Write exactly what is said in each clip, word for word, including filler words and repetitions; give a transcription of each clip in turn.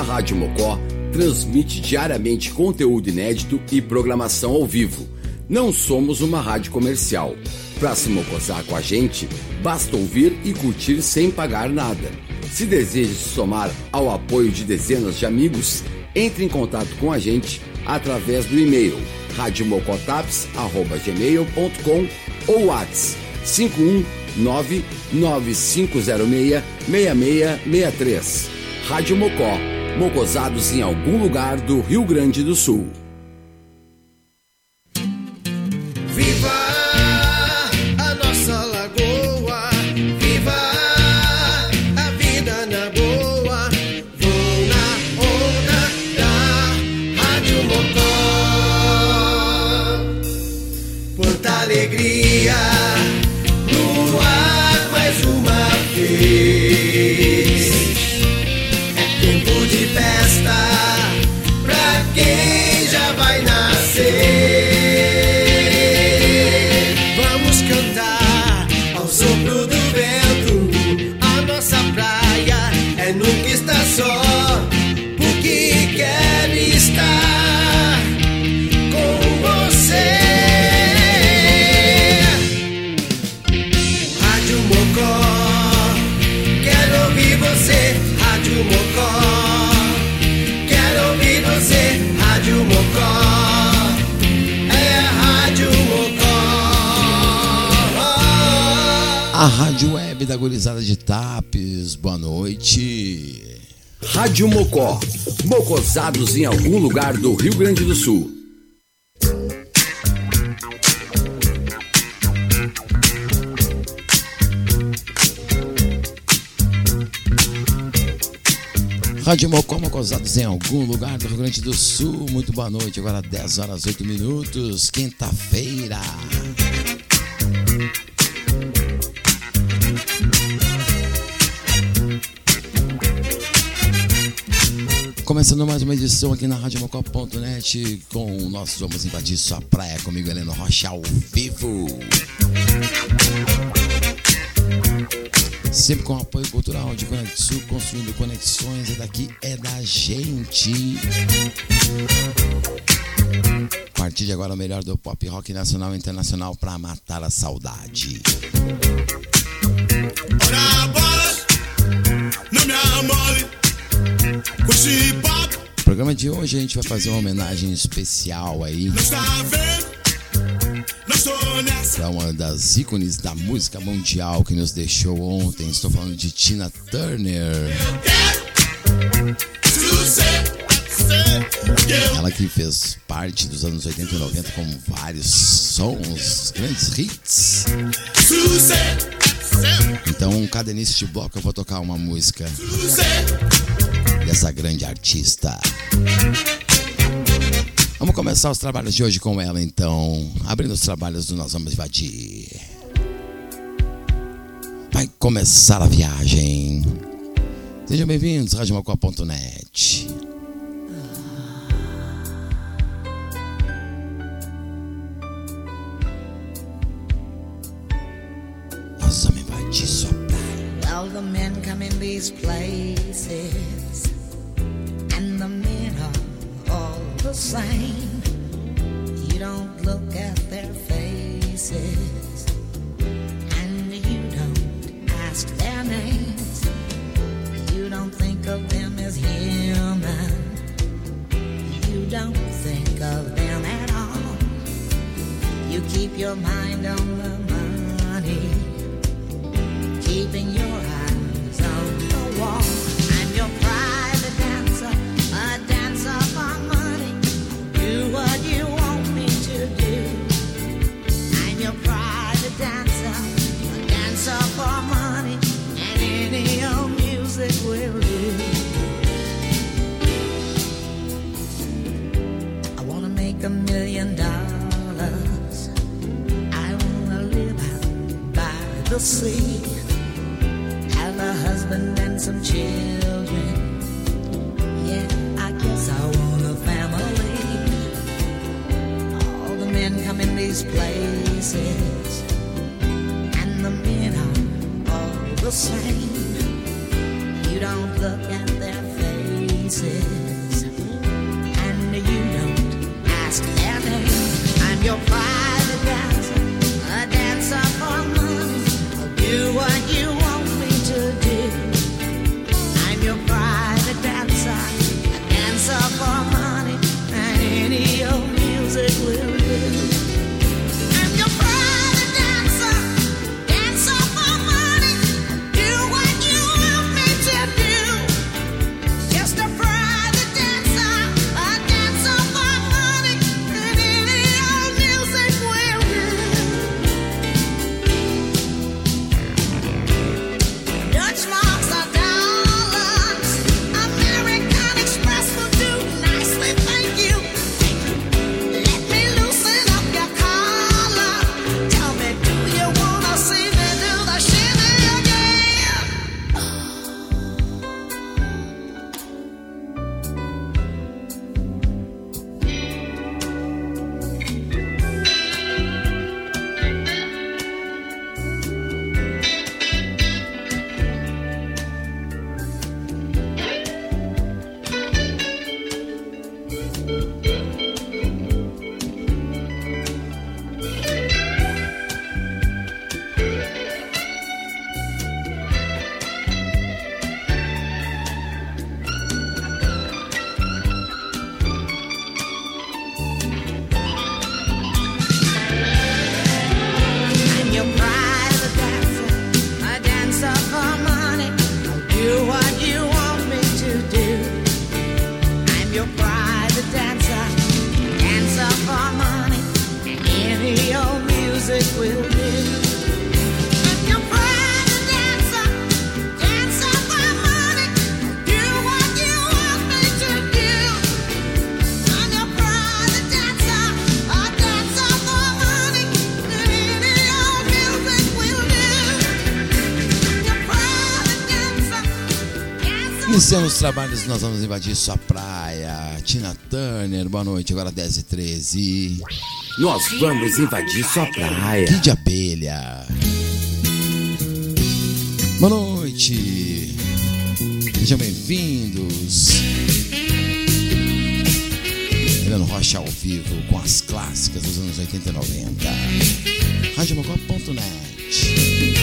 Rádio Mocó transmite diariamente conteúdo inédito e programação ao vivo. Não somos uma rádio comercial. Para se mocosar com a gente, basta ouvir e curtir sem pagar nada. Se deseja se somar ao apoio de dezenas de amigos, entre em contato com a gente através do e-mail rádio mocotaps arroba gmail ponto com ou WhatsApp cinco um nove nove cinco zero seis seis seis seis três. Rádio Mocó, mocosados em algum lugar do Rio Grande do Sul. Viva a nossa lagoa, viva a vida na boa, vou na onda da Rádio Mocó. Porta alegria no ar mais uma vez, é tempo de festa pra quem já vai nascer. Sopro do vento, a nossa praia é nunca estar só, porque quer estar com você. Rádio Mocó, quero ouvir você. Rádio Mocó, quero ouvir você. Rádio Mocó, é a Rádio Mocó. A Rádio Web da Gurizada de Tapes, boa noite. Rádio Mocó, mocosados em algum lugar do Rio Grande do Sul. Rádio Mocó, mocosados em algum lugar do Rio Grande do Sul, muito boa noite. Agora dez horas, oito minutos, quinta-feira. Começando mais uma edição aqui na rádio mocó ponto net com o nosso Vamos Invadir Sua Praia, comigo, Heleno Rocha, ao vivo. Sempre com apoio cultural de Conexul, construindo conexões, e daqui é da gente. A partir de agora, o melhor do pop rock nacional e internacional pra matar a saudade. Ora, bola, não me amole. No programa de hoje a gente vai fazer uma homenagem especial aí para uma das ícones da música mundial que nos deixou ontem. Estou falando de Tina Turner. Ela que fez parte dos anos oitenta e noventa com vários sons, grandes hits. Então, cada início de bloco eu vou tocar uma música dessa grande artista. Vamos começar os trabalhos de hoje com ela, então. Abrindo os trabalhos do Nós Vamos Invadir. Vai começar a viagem. Sejam bem-vindos, rádio mocó ponto net. Nós vamos invadir sua praia. All the men come in these places, and the men are all the same. You don't look at their faces, and you don't ask their names. You don't think of them as human. You don't think of them at all. You keep your mind on the money, keeping your eyes on the wall. I'm your private dancer, a dancer for money. Do what you want me to do. I'm your private dancer, a dancer for money, and any old music will do. I wanna make a million dollars. I wanna live out by the sea, have a husband and some children. Yeah, I guess I want a family. All the men come in these places, and the men are all the same. You don't look at their faces, Iniciando os trabalhos, nós vamos invadir sua praia. Tina Turner, boa noite, agora dez e treze. Nós vamos invadir sua praia. Kid Abelha. Boa noite. Sejam bem-vindos. Heleno Rocha ao vivo com as clássicas dos anos oitenta e noventa. rádio mocó ponto net.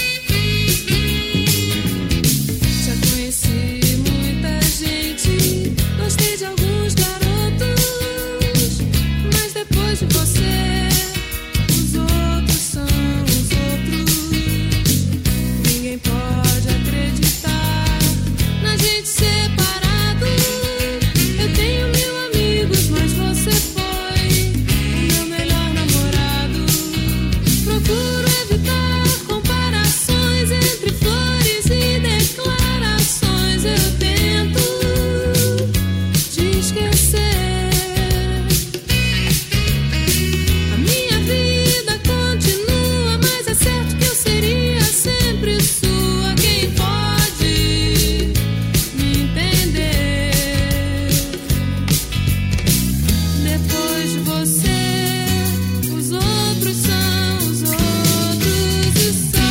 Já conheci muita gente, gostei de alguns garotos, mas depois de você, os outros são os outros. Ninguém pode acreditar na gente separado. Eu tenho mil amigos, mas você foi o meu melhor namorado. Procuro evitar comparações entre flores e declarações. Eu tento te esquecer. A minha vida continua, mas é certo que eu seria sempre sua. Quem pode me entender? Depois de você, os outros são os outros e só.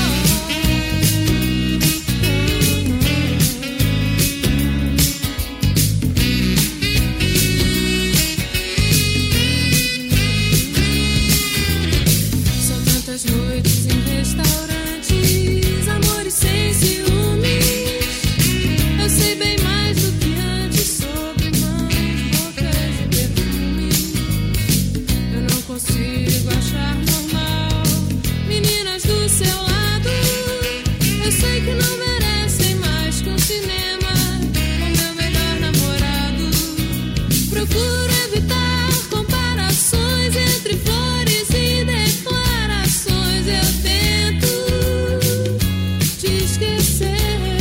São tantas noites em restaurantes, amores sem ciúmes. Eu sei bem mais do que antes sobre mãos, bocas e perfumes. Eu não consigo achar normal meninas do seu lado. Eu sei que não merecem mais que um cinema com meu melhor namorado. Procuro evitar comparações entre flores e declarações. Eu tento te esquecer.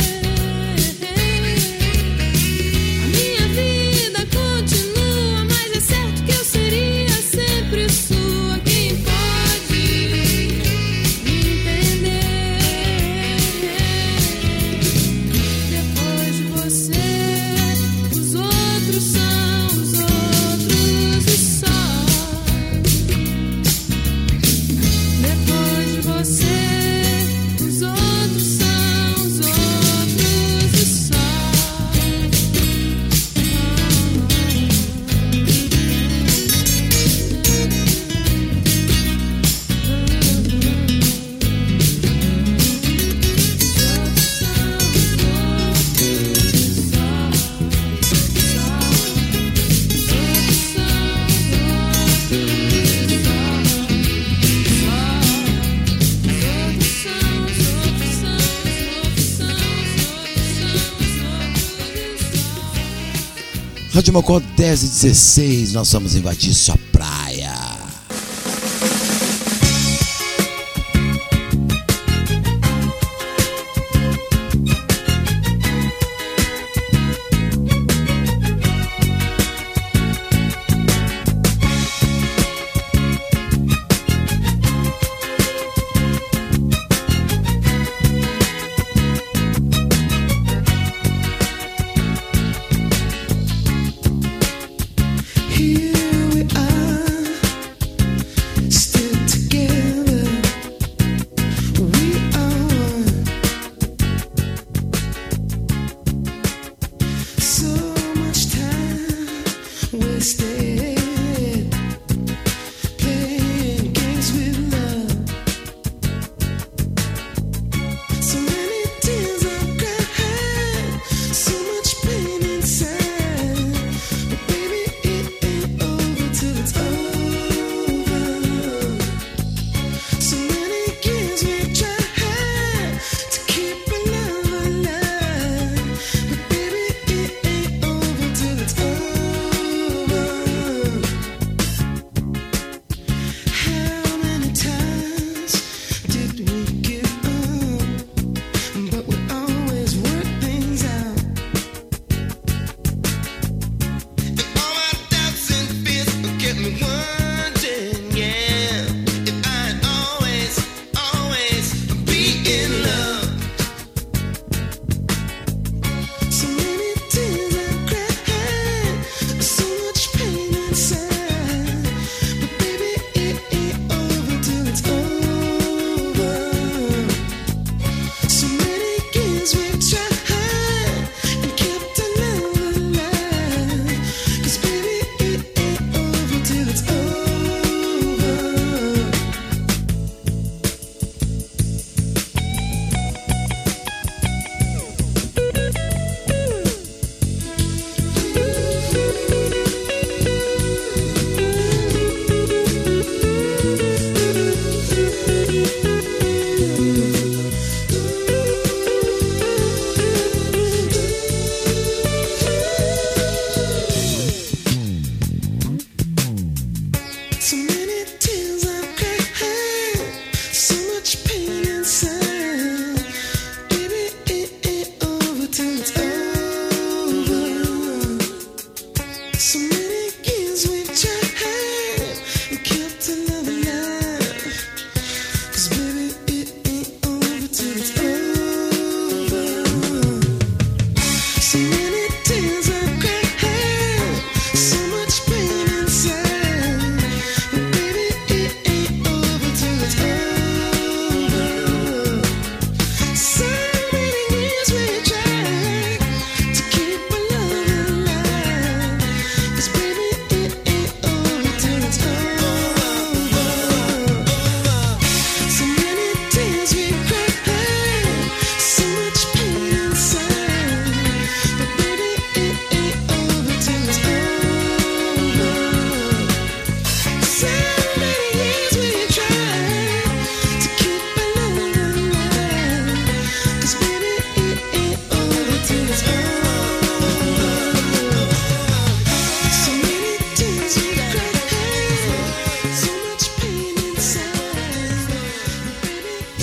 A minha vida continua, mas é certo que eu seria sempre sua. Quem pode me entender? Depois de você, os outros são os outros e só. Depois de você, os outros são os outros e só. Rádio Mocó dez e dezesseis, nós vamos invadir sua praia. Here we are.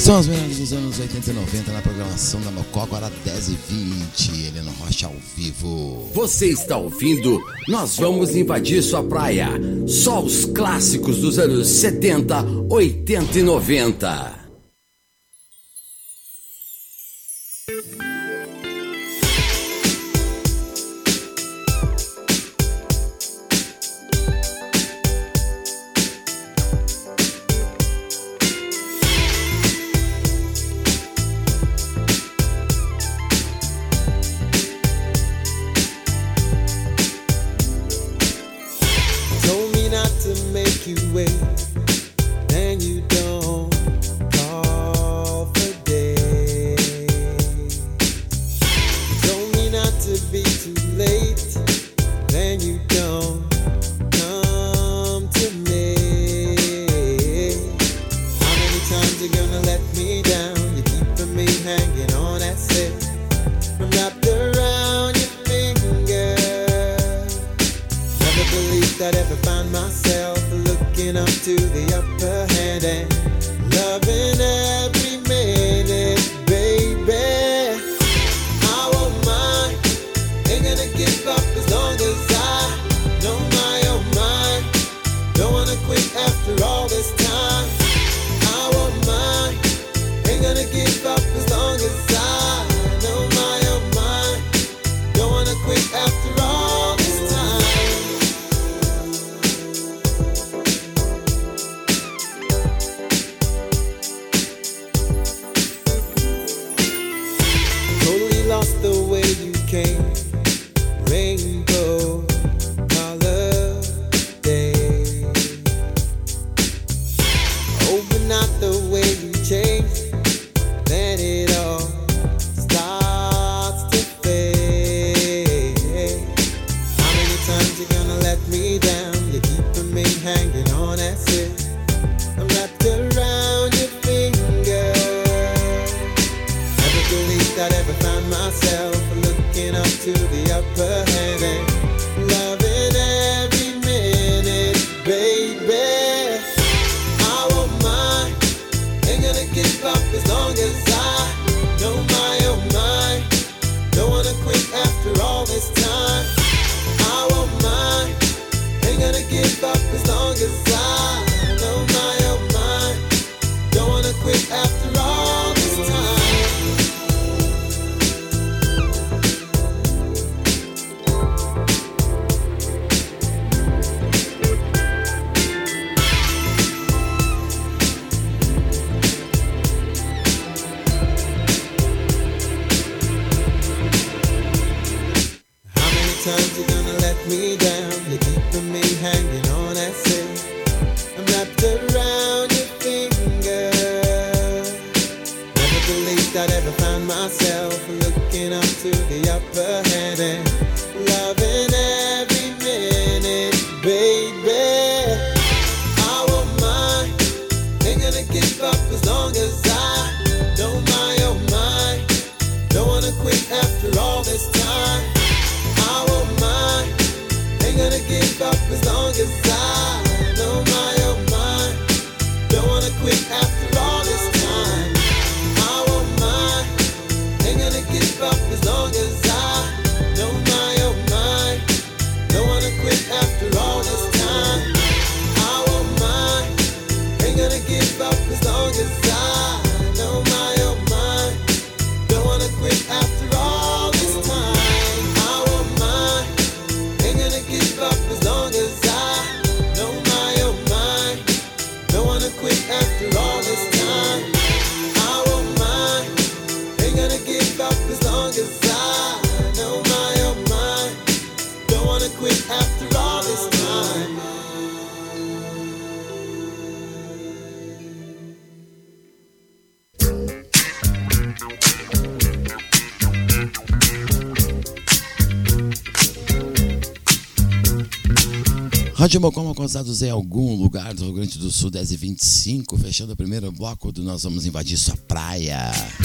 São as melhores dos anos oitenta e noventa na programação da Mocó, agora dez e vinte. Helena Rocha ao vivo. Você está ouvindo Nós Vamos Invadir Sua Praia. Só os clássicos dos anos setenta, oitenta e noventa. Rádio Mocó, contados em algum lugar do Rio Grande do Sul, dez e vinte e cinco, fechando o primeiro bloco do Nós Vamos Invadir Sua Praia.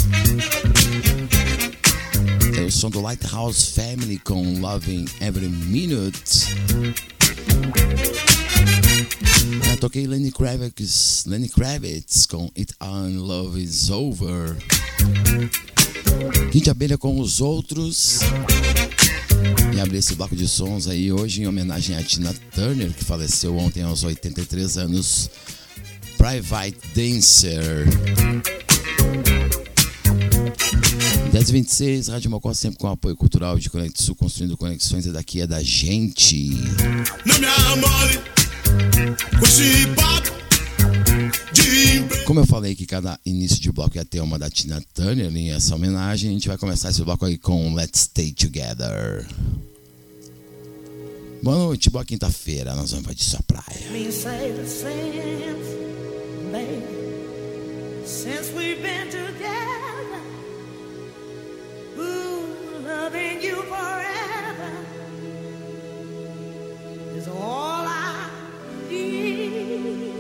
É o som do Lighthouse Family com Loving Every Minute. toquei Lenny Kravitz, Lenny Kravitz com It and Love Is Over. Kid Abelha com Os Outros. E abri esse bloco de sons aí hoje em homenagem a Tina Turner, que faleceu ontem aos oitenta e três anos. Private Dancer. dez e vinte e seis, Rádio Mocó sempre com apoio cultural de Conexão, construindo conexões, e daqui é da gente. Como eu falei que cada início de bloco ia ter uma da Tina Turner em essa homenagem, a gente vai começar esse bloco aí com Let's Stay Together. Boa noite, boa quinta-feira, nós vamos invadir sua praia. Since we've been together, ooh, loving you forever is all I need.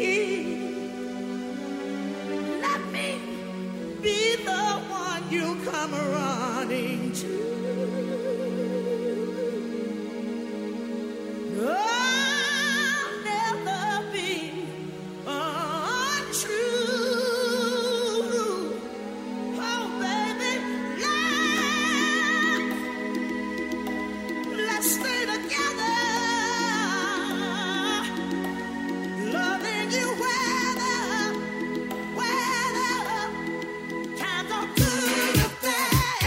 Let me be the one you come running to. I'll never be untrue. Stay together, loving you weather, weather, times are good or bad.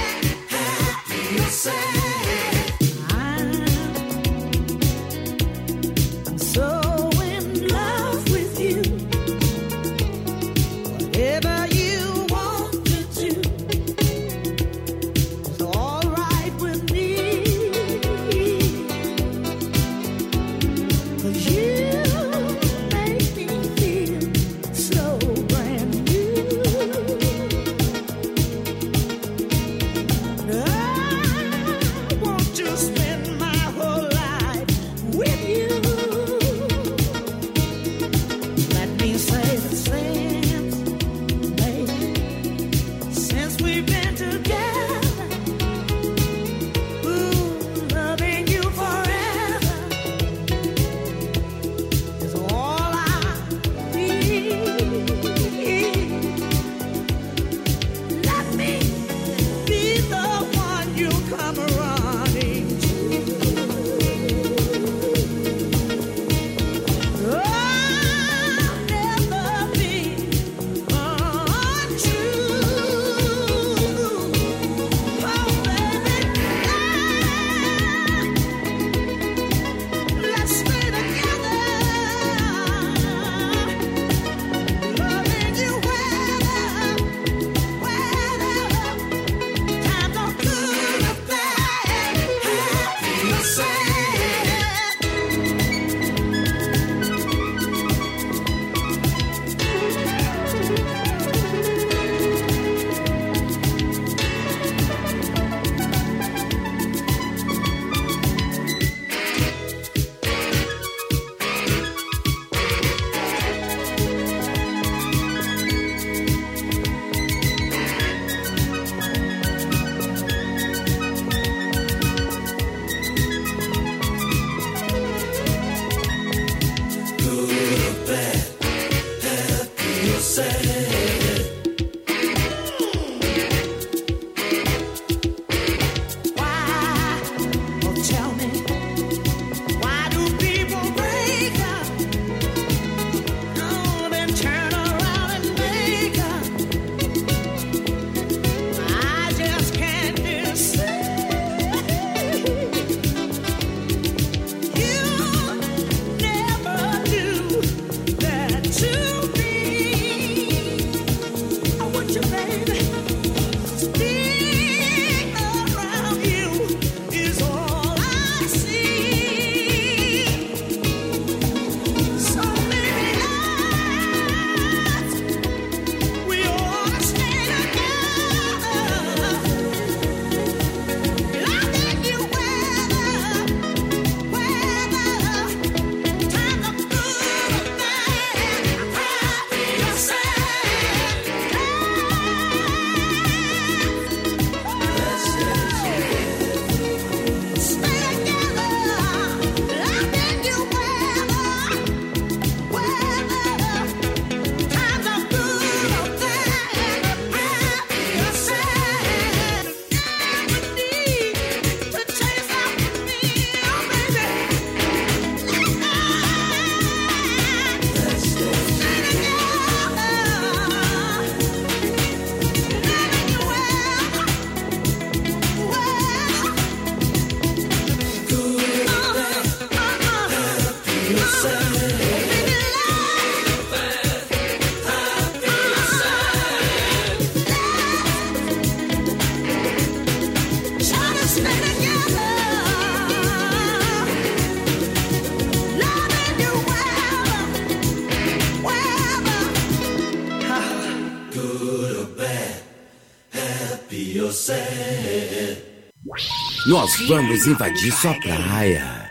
be yourself. Nós vamos invadir sua praia.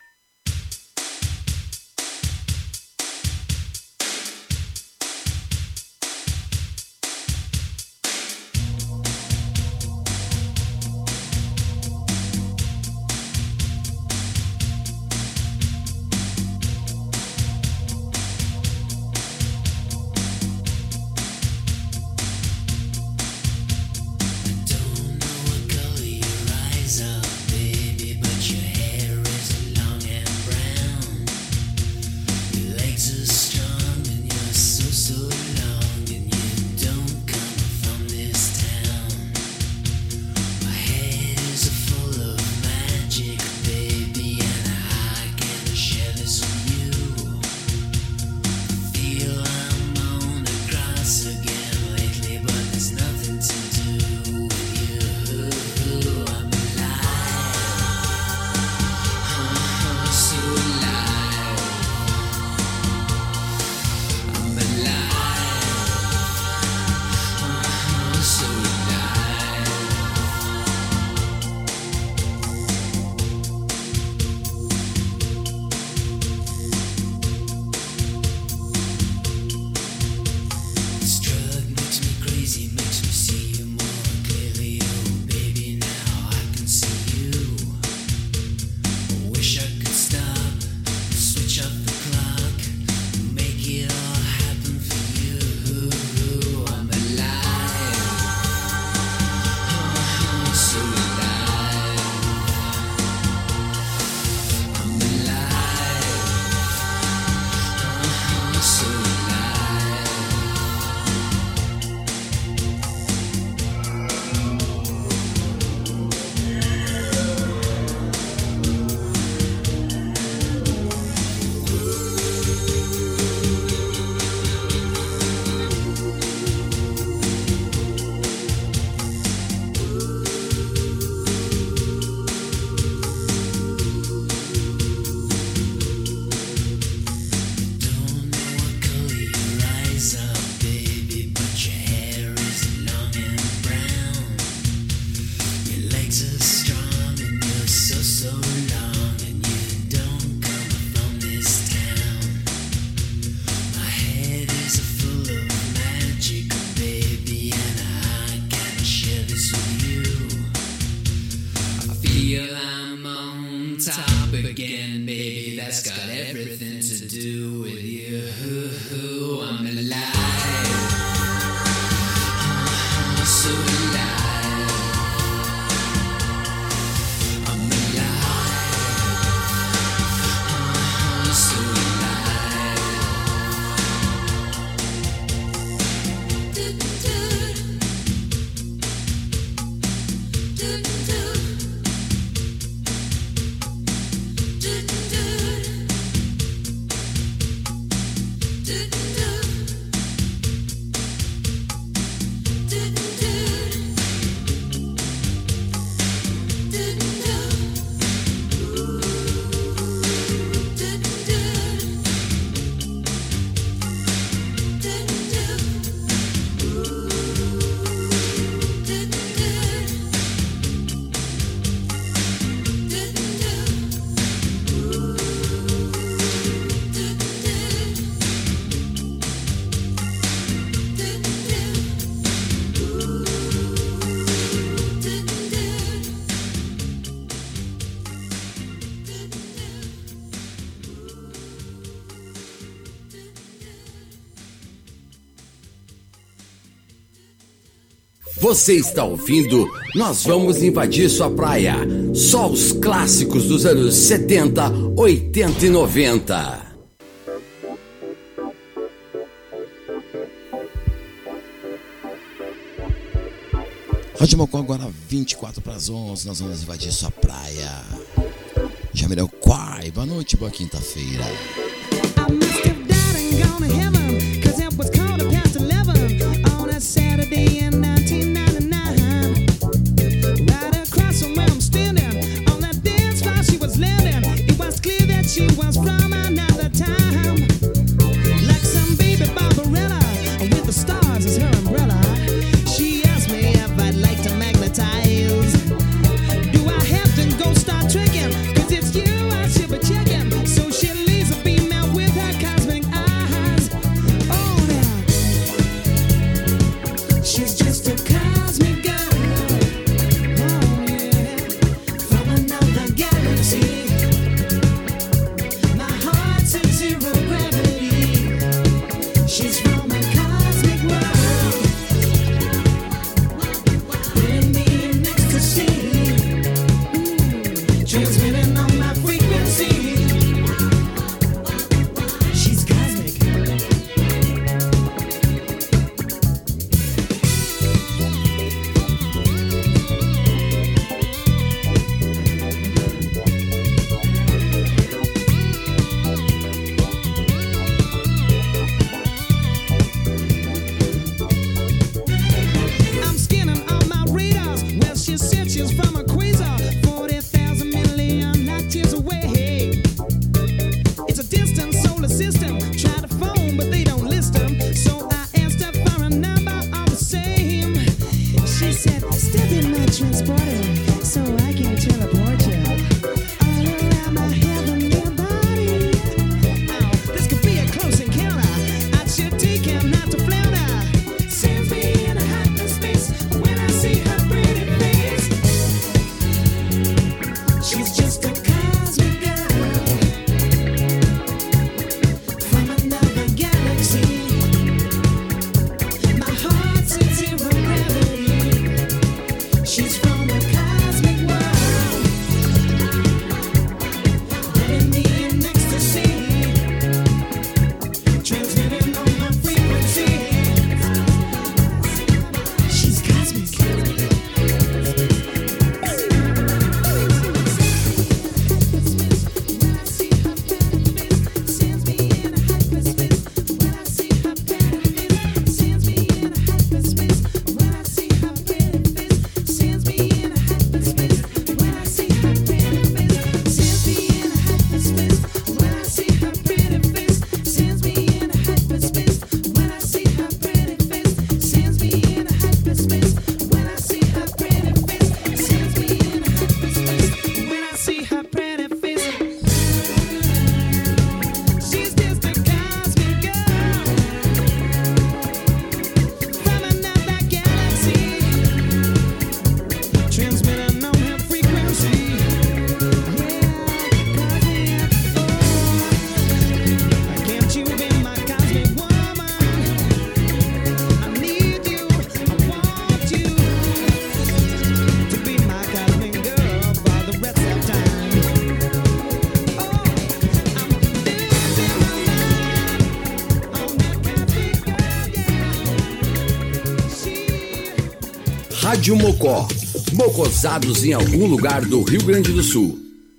Você está ouvindo Nós Vamos Invadir Sua Praia. Só os clássicos dos anos setenta, oitenta e noventa. Rádio Mocó, agora vinte e quatro para as onze, nós vamos invadir sua praia. Jamiroquai, boa noite, boa quinta-feira. I must have died and gone to heaven, 'cause it was quarter past eleven on a Saturday in nineteen ninety-nine. Right across from where I'm standing, on that dance floor she was landing. It was clear that she was from another time. Like some baby Barbarella, with the stars as her umbrella. She asked me if I'd like to Step in my transporter so I can teleport you all around my heavenly body. Oh, this could be a close encounter. I should take him not to flounder. Sends me in a hyperspace when I see her pretty face. She's just a cosmic girl from another galaxy. My heart's in zero gravity. She's from a cosmic world, giving me an ecstasy, transmitting on my frequency. She's cosmic. Sends me in a hyperspace when I see her pretty face. Sends me in a hyperspace when I see her pretty face. Sends me in a hyperspace when I see her pretty face. Sends me in a hyperspace when I see her pretty face. Sends me in a hyperspace when I see her pretty face. Sends me in a hyperspace when I see her pretty face. Sends me in a hyperspace when I see her pretty face. She's just a cosmic girl from another galaxy, transmitting on her frequency. Yeah, cosmic. Oh, can't you be my cosmic woman? I need you, I want you to be my cosmic girl for the rest of time. Oh, I'm losing my mind on that cosmic girl, yeah. She Rádio Mocó. Mocosados em algum lugar do Rio Grande do Sul.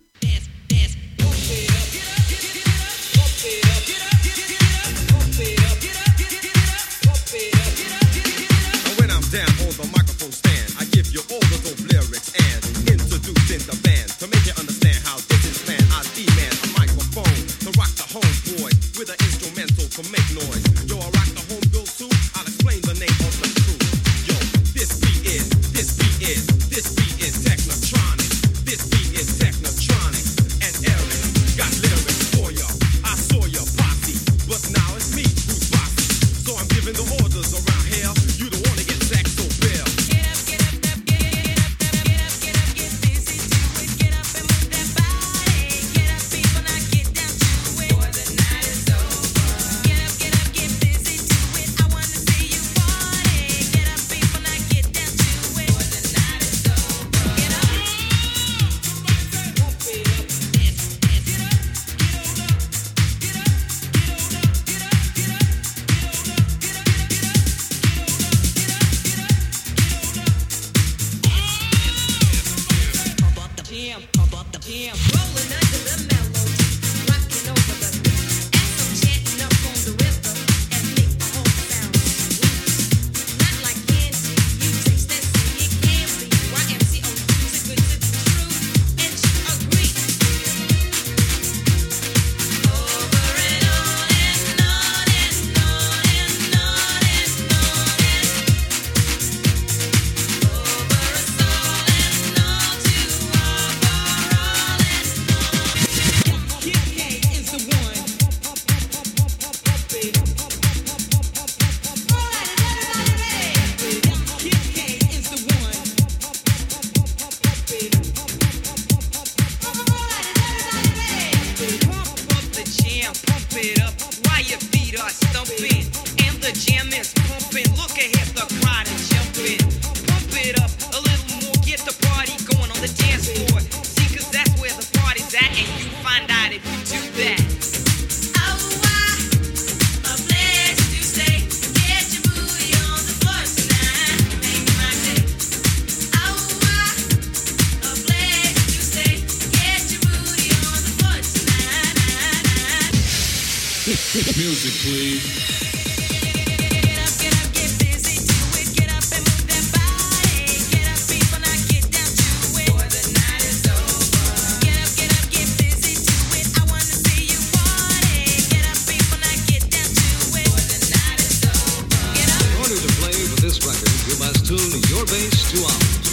And when I'm down on the microphone stand, I give you all the dope lyrics and introducing the band to make you understand how this is planned. I demand a microphone to rock the homeboy with an instrumental to make noise. Yo, I rock the homegirls too. I'll explain the name of the crew. Yo, this beat is, this beat is, this beat is technotronic. This beat is technotronic. And Eric got lyrics for ya. I saw ya posse, but now it's me who's bossy. So I'm giving the orders around here. You don't wanna get sacked so bare. Pump up the jam, pump up the jam. Rolling under the melody, rocking over the beat. As I'm chanting up on the rhythm and make the whole sound sweet. Not like candy, you taste and see it can be. Y M C O music good to be true, and you agree. Over and on and on and on and on and on and over us all and on to our all and on. Kid K is the one. Kid K is the one. Pump up the jam, pump it up while your feet are stumping. And the jam is pumping. Look ahead, the crowd is jumping. Pump it up a little more, get the party going on the dance floor. See, 'cause that's where the party's at, and you find out if you do that. Oh, why? A place to stay. Get your booty on the floor tonight. Make my day. Oh, why? A place to stay. Get your booty on the floor tonight. Music, please. Get up, get up, get busy, do it. Get up and move that body. Get up, people, now get down to it. Boy, the night is over. Get up, get up, get busy, do it. I wanna see you party. Get up, people, now get down to it. Boy, the night is over. Get up. In order to play with this record, you must tune your bass to ours.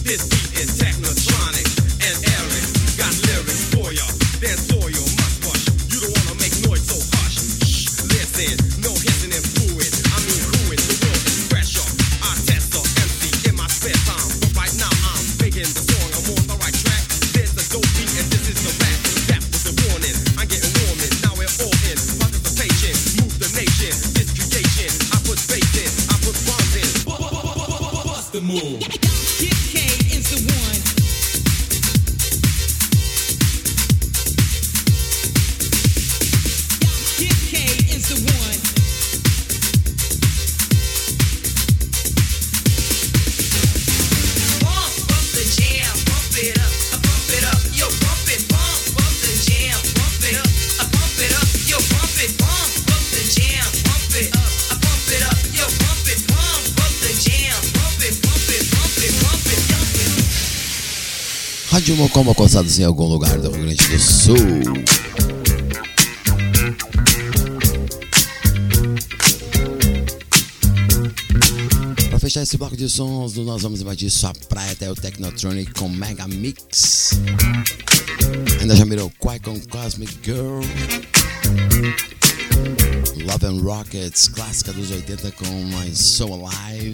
This beat is technotronic and aeric. Got lyrics for ya, then soil must rush. You don't wanna make noise, so hush. Shh, listen, no hissing and fluid. I mean crewing, the world is pressure. I test the M C in my spare time, but right now I'm making the song. I'm on the right track. There's the dope beat and this is the rap. That was the warning. I'm getting warm in. Now we're all in. Participation, move the nation. This creation, I put faith in. I put bombs in. Bust the move. Kid K is the one. Kid K is the one. Bump up the jam, bump it up, uh, bump it up, yo, bump it, bump up the jam, bump it up, uh, bump it up, yo, bump it, bump up the jam, bump it up, uh, bump it up, yo, bump it, bump up the jam, bump it, bump it, bump it, bump it, bump it. Rádio Mocó Mocosados em algum lugar do Rio Grande do Sul. Para fechar esse bloco de sons, nós vamos invadir sua praia até o Technotronic com Mega Mix. Ainda já mirou Quai com Cosmic Girl. Love and Rockets, clássica dos oitenta com My So Alive.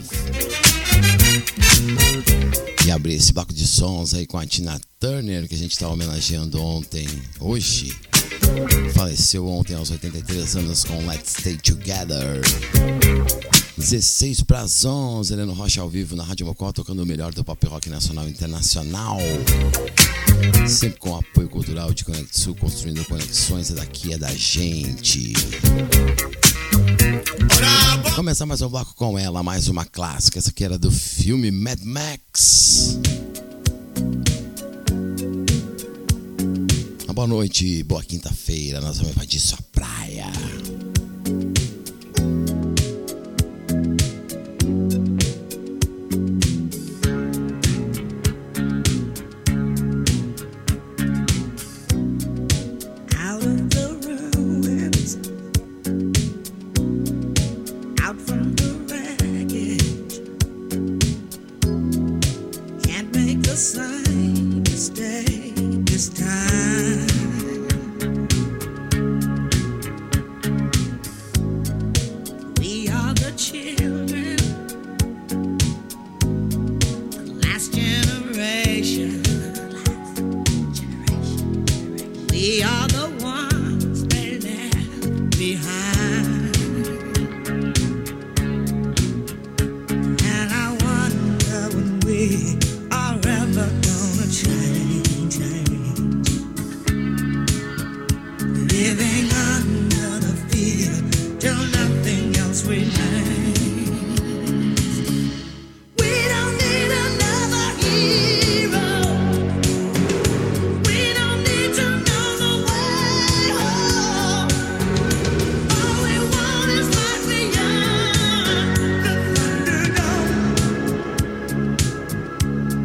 E abrir esse bloco de sons aí com a Tina Turner, que a gente estava homenageando ontem, hoje. Faleceu ontem aos oitenta e três anos com Let's Stay Together. dezesseis para as onze, Heleno Rocha ao vivo na Rádio Mocó, tocando o melhor do pop rock nacional e internacional. Sempre com apoio cultural de Conect Sul, construindo conexões, e daqui é da gente. Começar mais um bloco com ela, mais uma clássica. Essa aqui era do filme Mad Max. Uma boa noite, boa quinta-feira. Nós vamos invadir sua praia. Out of the ruins, out from the wreckage, can't make the same mistake this time. We are the children, the last generation. We are the ones they left behind. And I wonder when we are ever gonna change, change. Living under the fear till nothing else remains. We don't need another hero. We don't need to know the way home. All we want is life beyond the Thunderdome.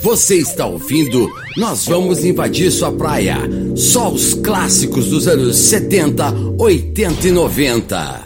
Você está ouvindo Nós Vamos Invadir Sua Praia. Só os clássicos dos anos setenta, oitenta e noventa.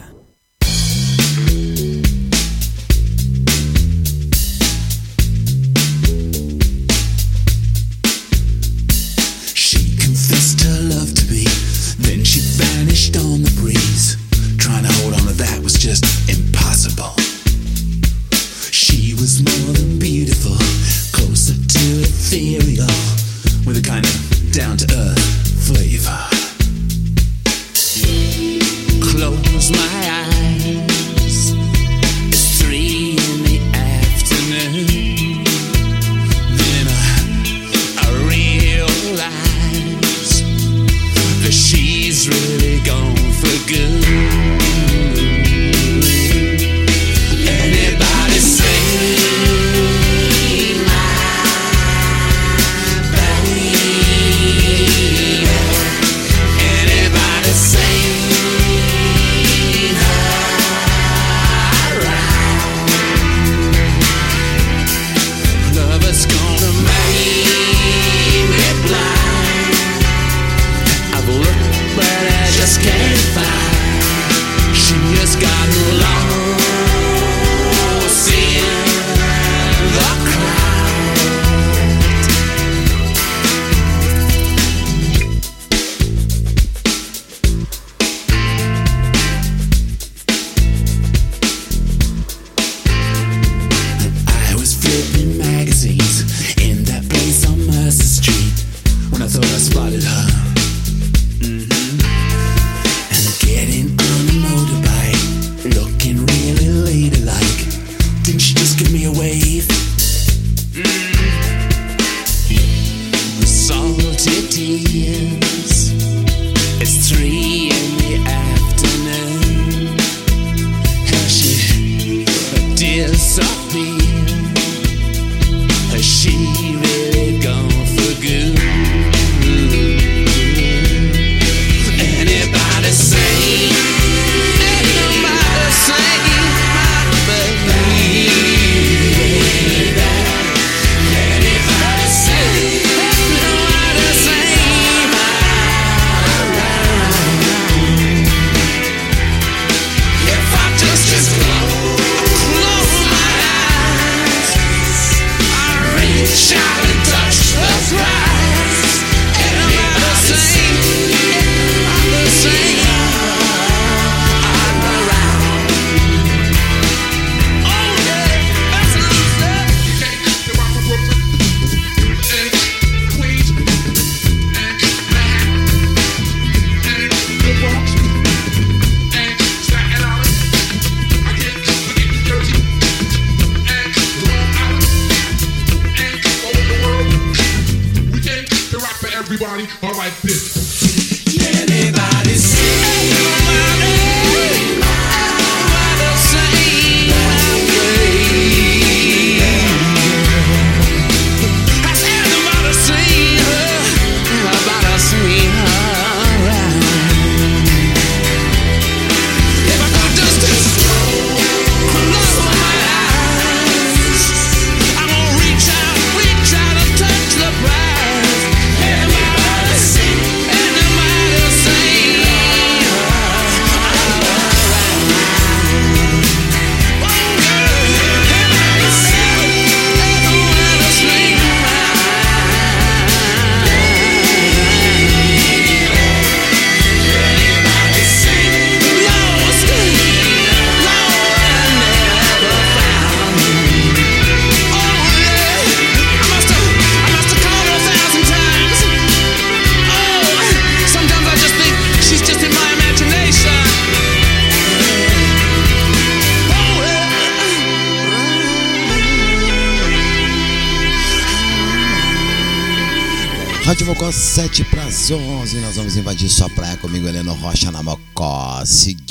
Rádio Mocó, sete para as onze. Nós vamos invadir sua praia comigo, Heleno Rocha, na Mocó.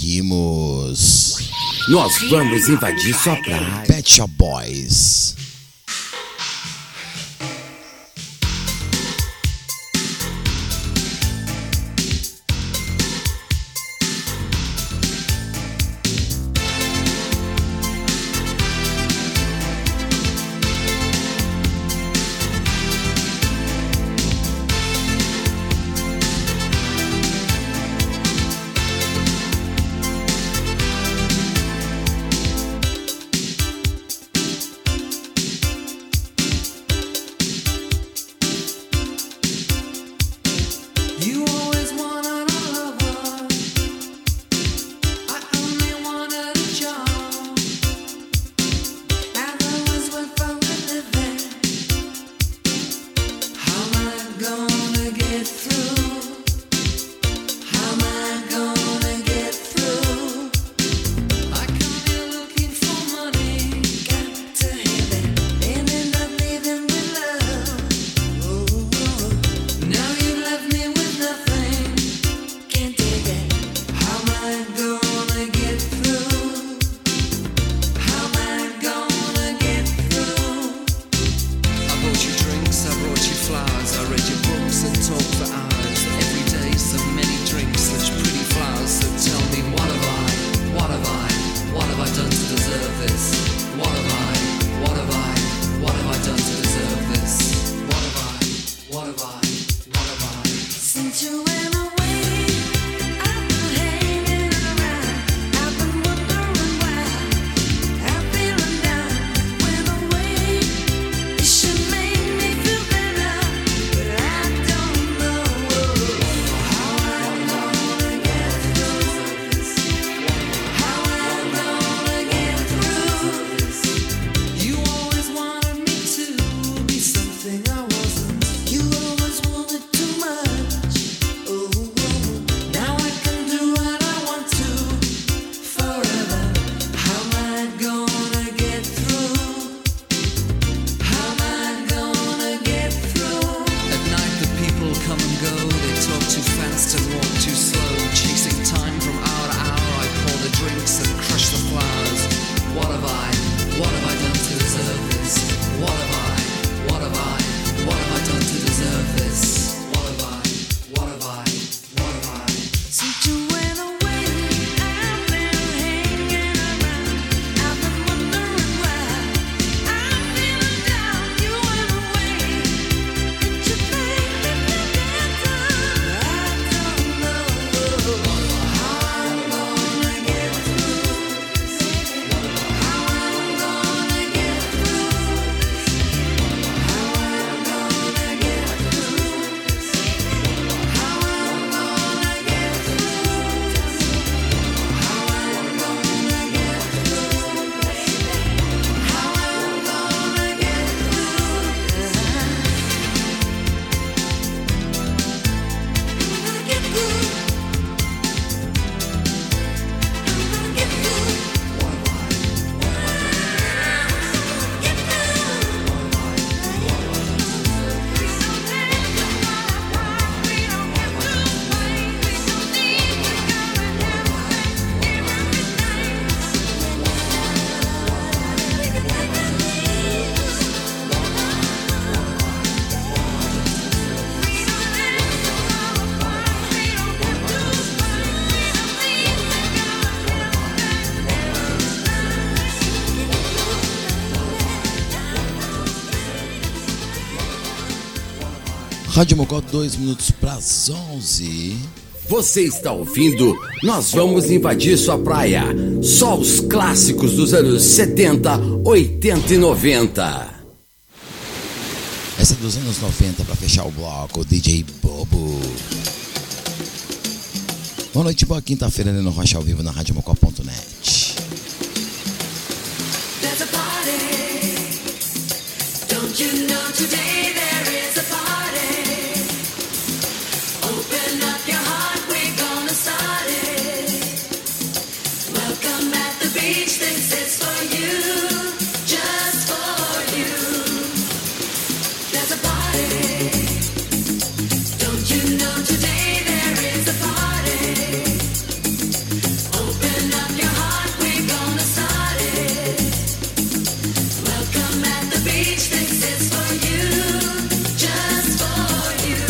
Seguimos. Nós vamos invadir sua praia. Pet Shop Boys. Rádio Mocó, dois minutos para as onze. Você está ouvindo Nós Vamos Invadir Sua Praia. Só os clássicos dos anos setenta, oitenta e noventa. Essa é dos anos noventa para fechar o bloco, D J Bobo. Boa noite, boa quinta-feira, no Rocha ao vivo na rádio mocó ponto net. There's a party. Don't you know today there is a party? Open up your heart, we're gonna start it. Welcome at the beach, this is for you, just for you. There's a party. Don't you know today there is a party? Open up your heart, we're gonna start it. Welcome at the beach, this is for you, just for you.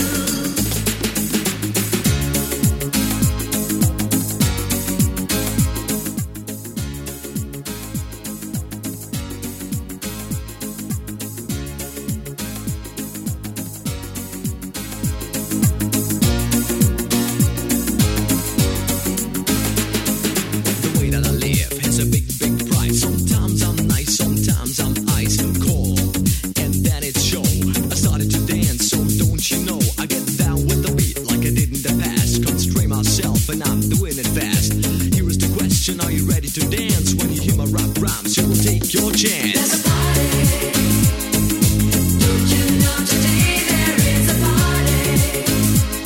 The way that I live has a big, big price. Sometimes I'm nice, sometimes I'm ice and cold, and then it's show. I started to dance, so don't you know? I get down with the beat like I did in the past. Constrain myself, and I'm doing it fast. Here is the question: are you ready to dance? When you hear my rap rhymes, you will take your There's chance. a party. Don't you know today there is a party?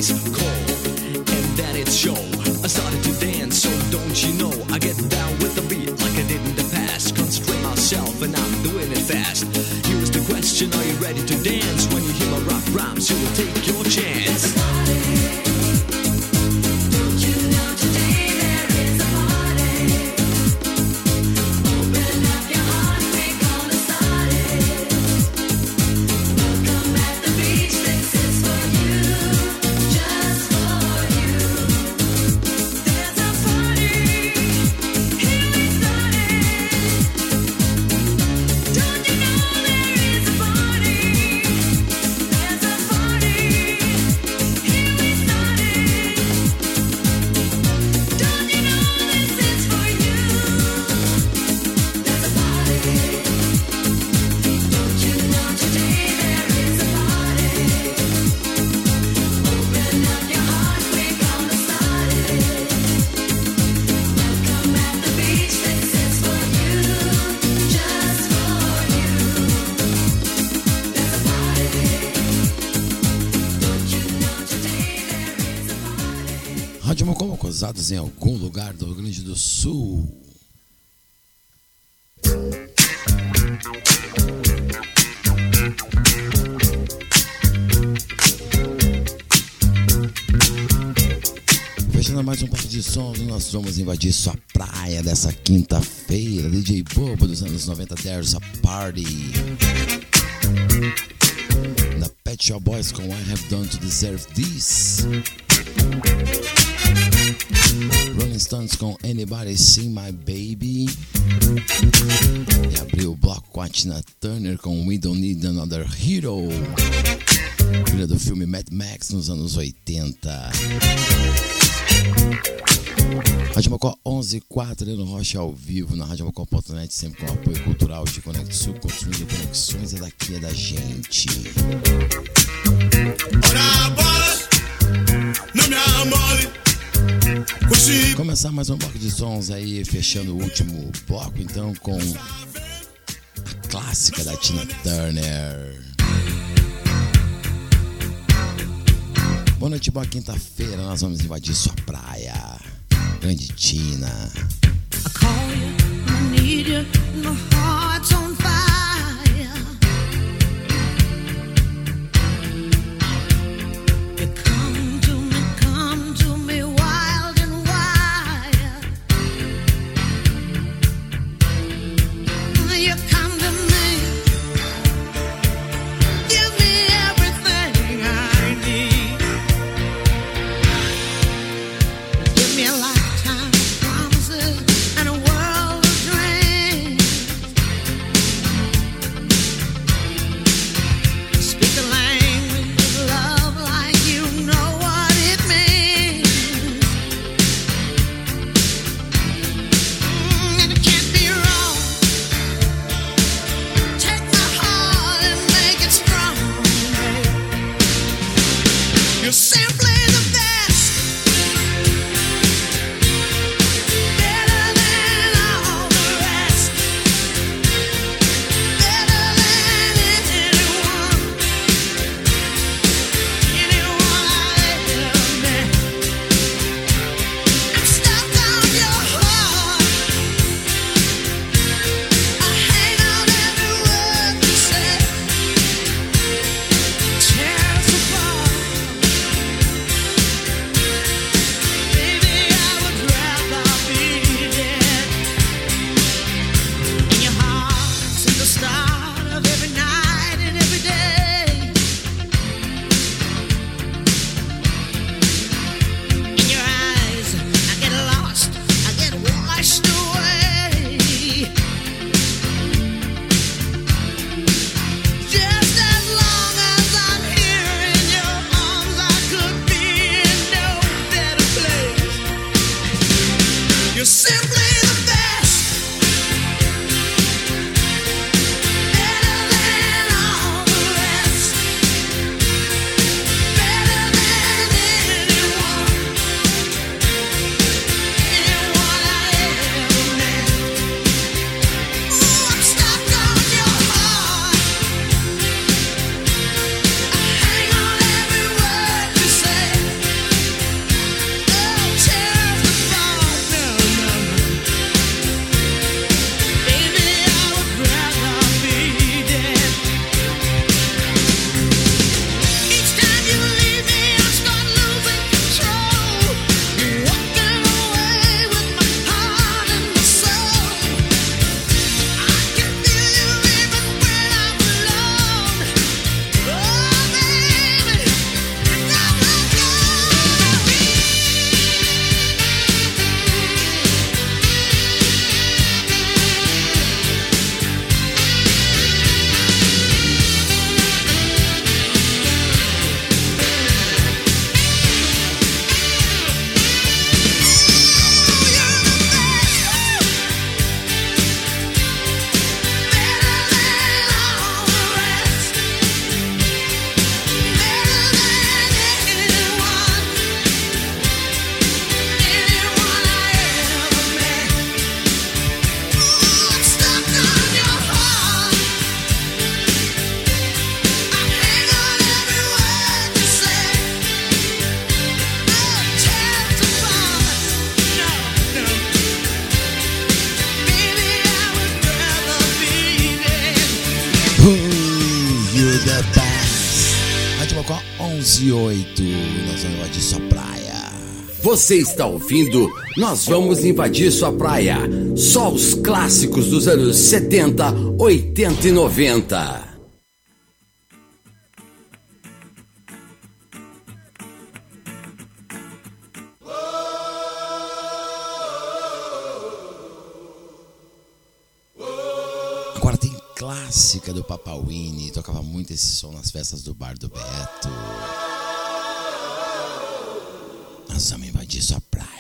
ice cold, and then it show. I started to dance, so don't you know I get down with the beat like I did in the past. Constrain myself and I'm doing it fast. Here's the question, are you ready to dance? When you hear my rock rhymes, you will take your chance. Rádio Mocó, cozados em algum lugar do Rio Grande do Sul. Fechando mais um parque de sons, nós vamos invadir sua praia dessa quinta-feira. D J Bobo dos anos noventa, There's a Party. Da Pet Shop Boys com I Have Done to Deserve This. Rolling Stones com Anybody See My Baby. E abriu o bloco com a Tina Turner com We Don't Need Another Hero, filha do filme Mad Max nos anos oitenta. Rádio Mocó onze e quatro, Leandro Rocha ao vivo na rádio mocó ponto net, sempre com apoio cultural de Conexul, construindo conexões, é daqui, é da gente. Ora, bola, não me amole. Começar mais um bloco de sons aí, fechando o último bloco então com a clássica da Tina Turner. Boa noite, boa quinta-feira, nós vamos invadir sua praia. Grande Tina. I call you, I need you, my heart's on fire. You come to me, come to me wild and wild. You come to me, give me everything I need. Give me a lifetime promises and a world of dreams. onze e oito. Nós vamos invadir sua praia. Você está ouvindo Nós Vamos Invadir Sua Praia. Só os clássicos dos anos setenta, oitenta e noventa. Agora tem clássica do Papa Winnie. Tocava muito esse som nas festas do Bar do Beto. Nós vamos invadir sua praia.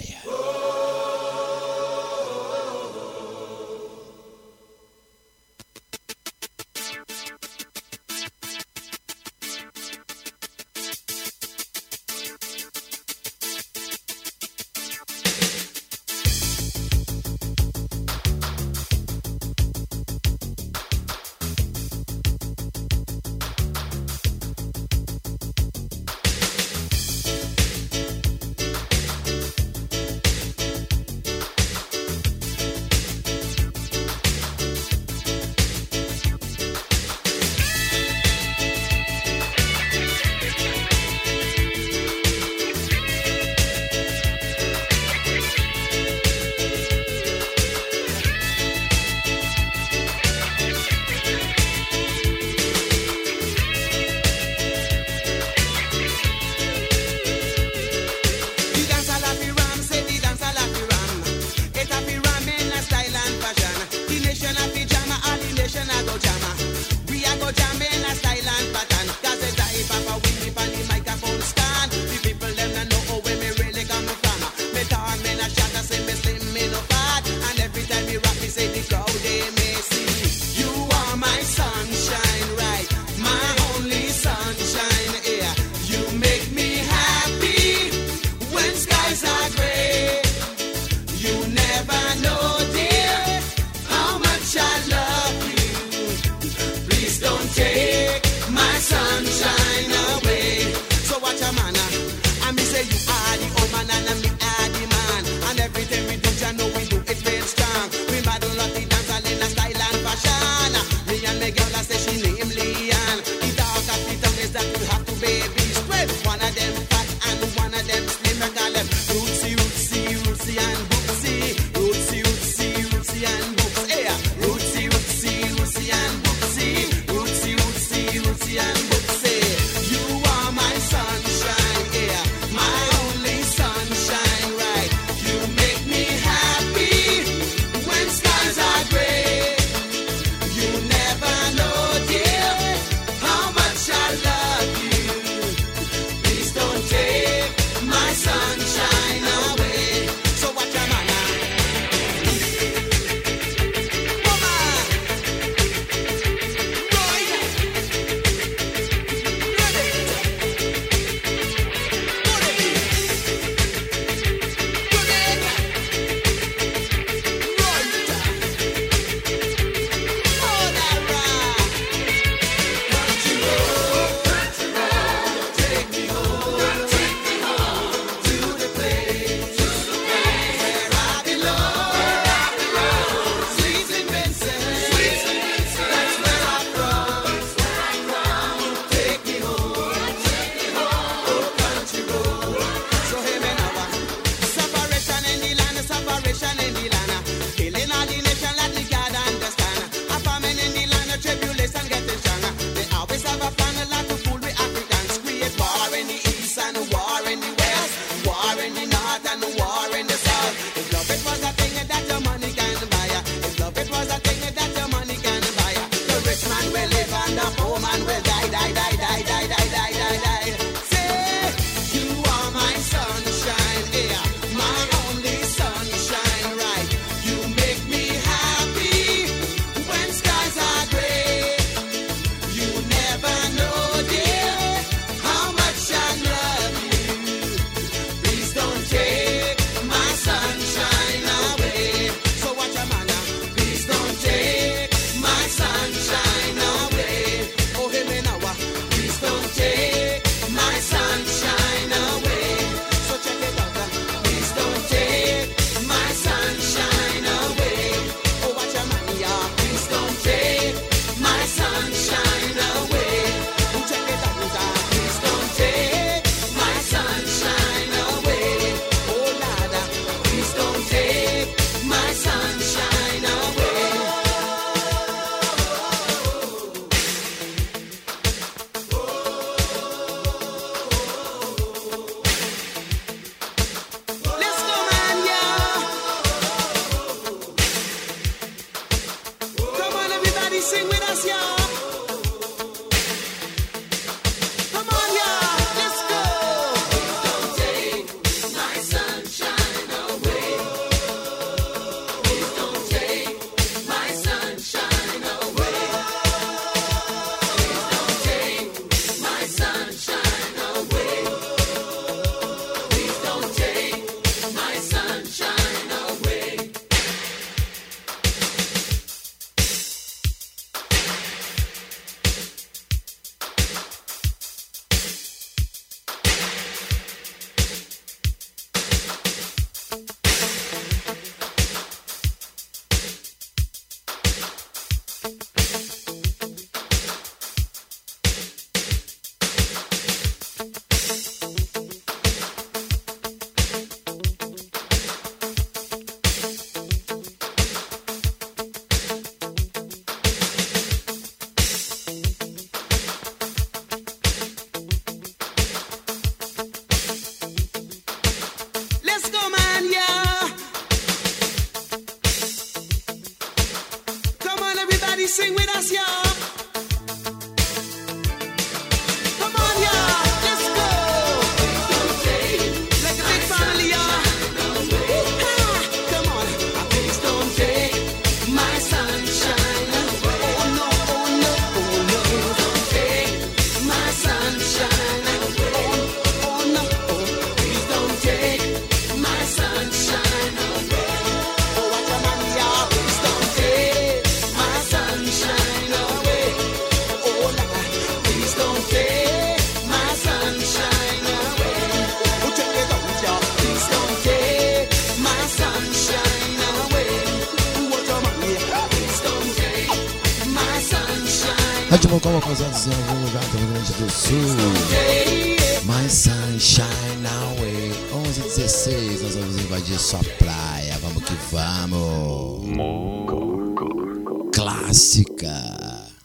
Rádio Mocó, causados em algum lugar do Rio Grande do Sul. My Sunshine Away. onze e dezesseis, nós vamos invadir sua praia. Vamos que vamos. Clássica.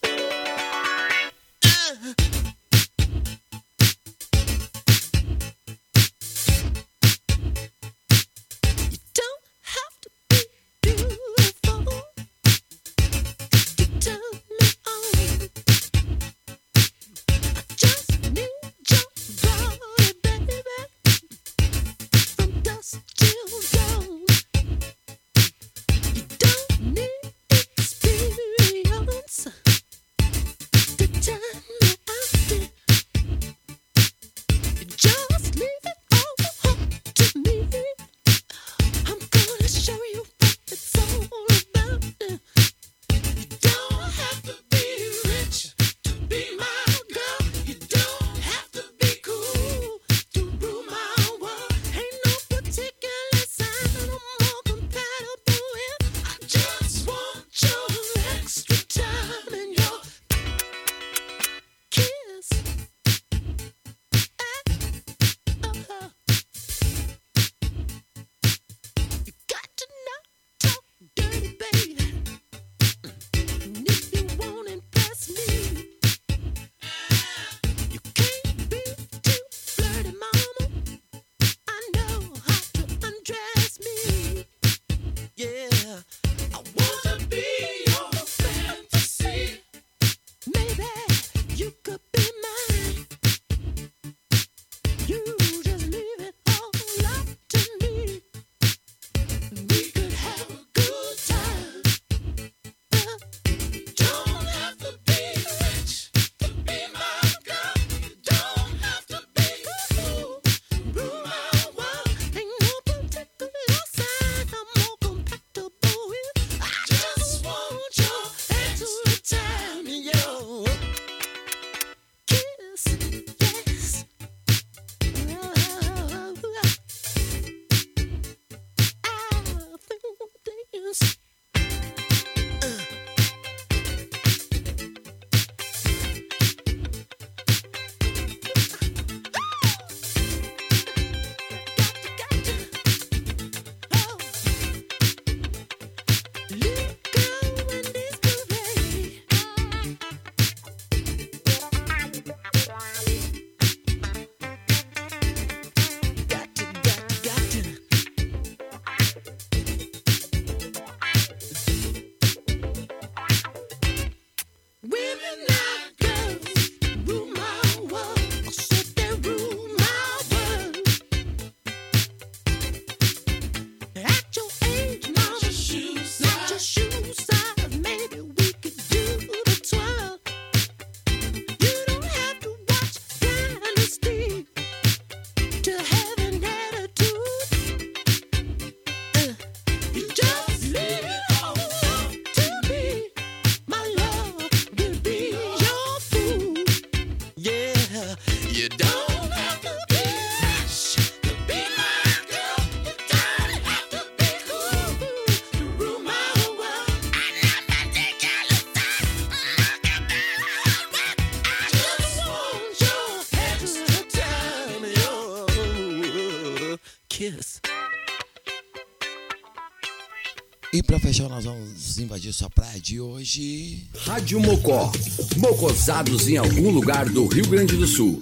E pra fechar, nós vamos invadir sua praia de hoje. Rádio Mocó. Mocosados em algum lugar do Rio Grande do Sul.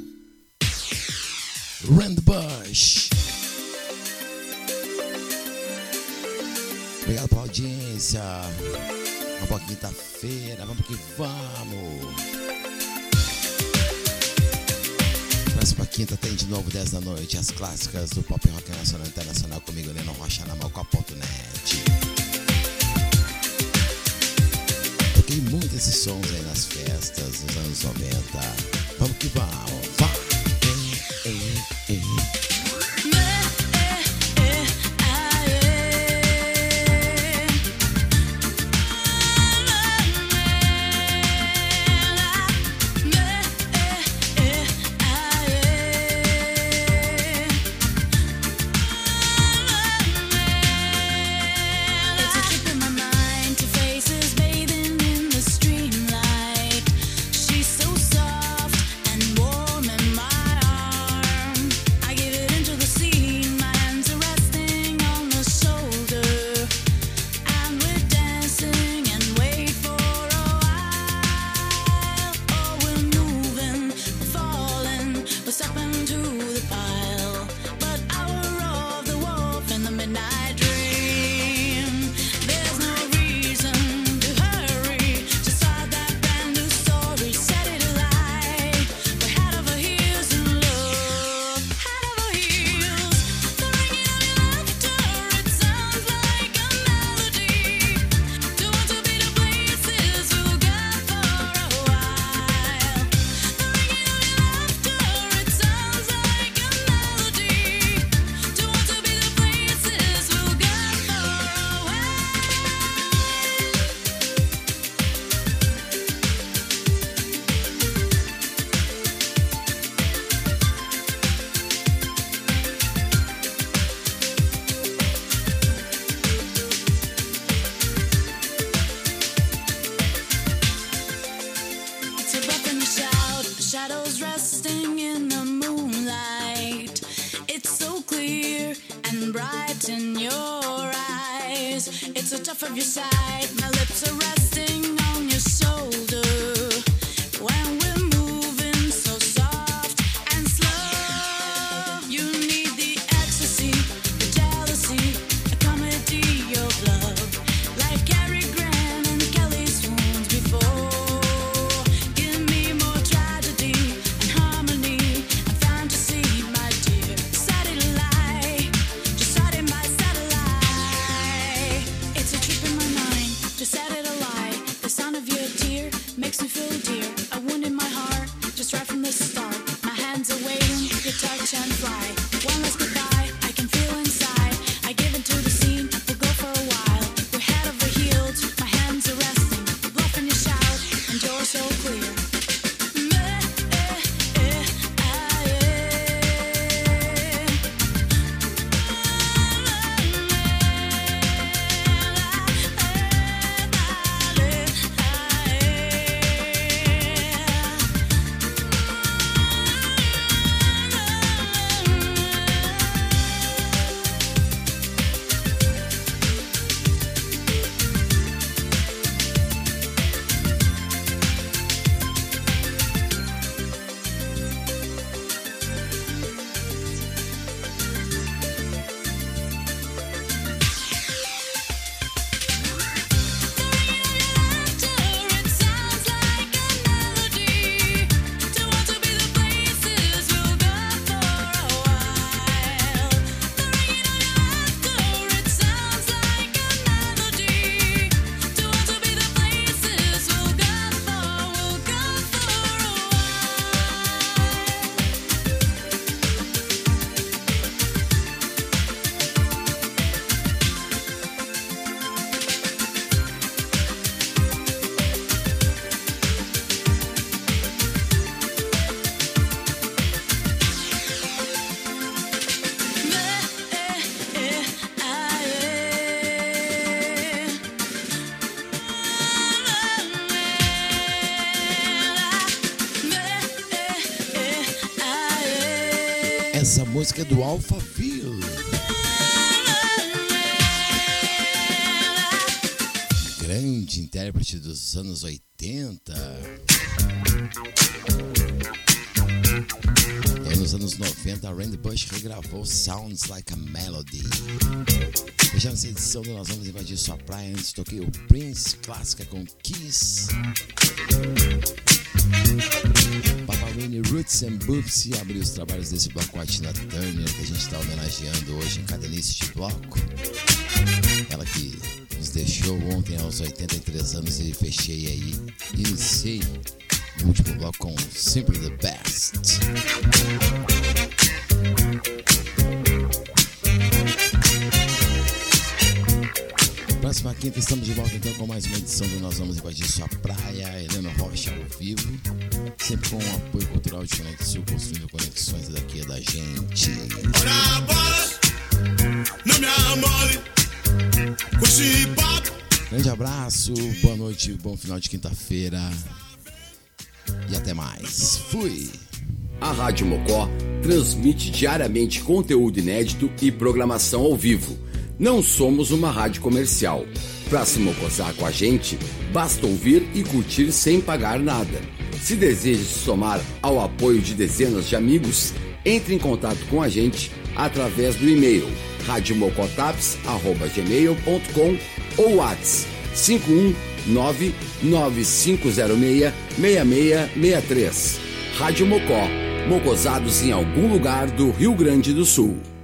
Randbush. Obrigado pela audiência. Uma boa quinta-feira. Vamos que vamos. Próxima quinta tem de novo dez da noite as clássicas do Pop Rock Nacional e Internacional comigo, Leno Rocha, na Mocó ponto net. Toquei muito esses sons aí nas festas dos anos noventa. Vamos que vamos. Vá. Ei, ei, ei. It's a trip in my mind to faces bathing in the streamlight. shine bright in your eyes. It's so tough of your side. My lips are resting on your shoulder. When we're moving so soft and slow, you need the ecstasy, the jealousy, a comedy of love, like Cary Grant and Kelly Swoons before. Give me more tragedy and harmony and fantasy, my dear. Satellite, just starting by satellite. It's a trip in my mind, just set it alight. The sound of your tear makes me feel dear. A wound in my heart, just right from the start. My hands are waiting, your touch and fly. One last goodbye, I can feel inside. I give into the scene, we'll go for a while. We're head over heels, my hands are resting. You bluff and you shout, and you're so clear. Essa música é do Alphaville. Grande intérprete dos anos oitenta. E aí, nos anos noventa, a Randy Bush regravou Sounds Like a Melody. Já nessa edição do Nós Vamos Invadir Sua Praia, antes toquei o Prince, clássica com Kiss. Papa Winnie, Roots and Boops, e abriu os trabalhos desse bloco com a Tina Turner, que a gente está homenageando hoje em cada início de bloco. Ela que nos deixou ontem aos oitenta e três anos, e fechei aí, iniciei o último bloco com Simply the Best. Próxima quinta estamos de volta então com mais uma edição do Nós Vamos Invadir Sua Praia. Helena Rocha ao vivo, sempre com o apoio cultural de Conexão, construindo conexões daqui da gente. Grande abraço, boa noite, bom final de quinta-feira e até mais. Fui! A Rádio Mocó transmite diariamente conteúdo inédito e programação ao vivo. Não somos uma rádio comercial. Para se mocosar com a gente, basta ouvir e curtir sem pagar nada. Se deseja se somar ao apoio de dezenas de amigos, entre em contato com a gente através do e-mail rádio mocotaps arroba gmail ponto com ou WhatsApp cinco um nove nove cinco zero seis seis seis seis três. Rádio Mocó, mocosados em algum lugar do Rio Grande do Sul.